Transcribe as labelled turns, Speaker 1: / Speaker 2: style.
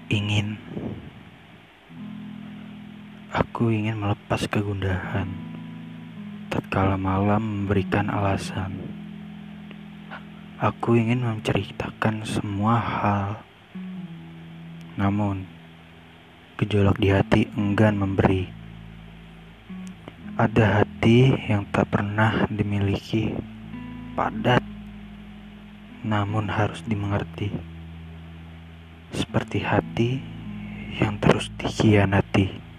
Speaker 1: ingin ingin melepas kegundahan tatkala malam memberikan alasan. Aku ingin menceritakan semua hal, namun gejolak di hati enggan memberi. Ada hati yang tak pernah dimiliki, padat, namun harus dimengerti. Seperti hati yang terus dikhianati.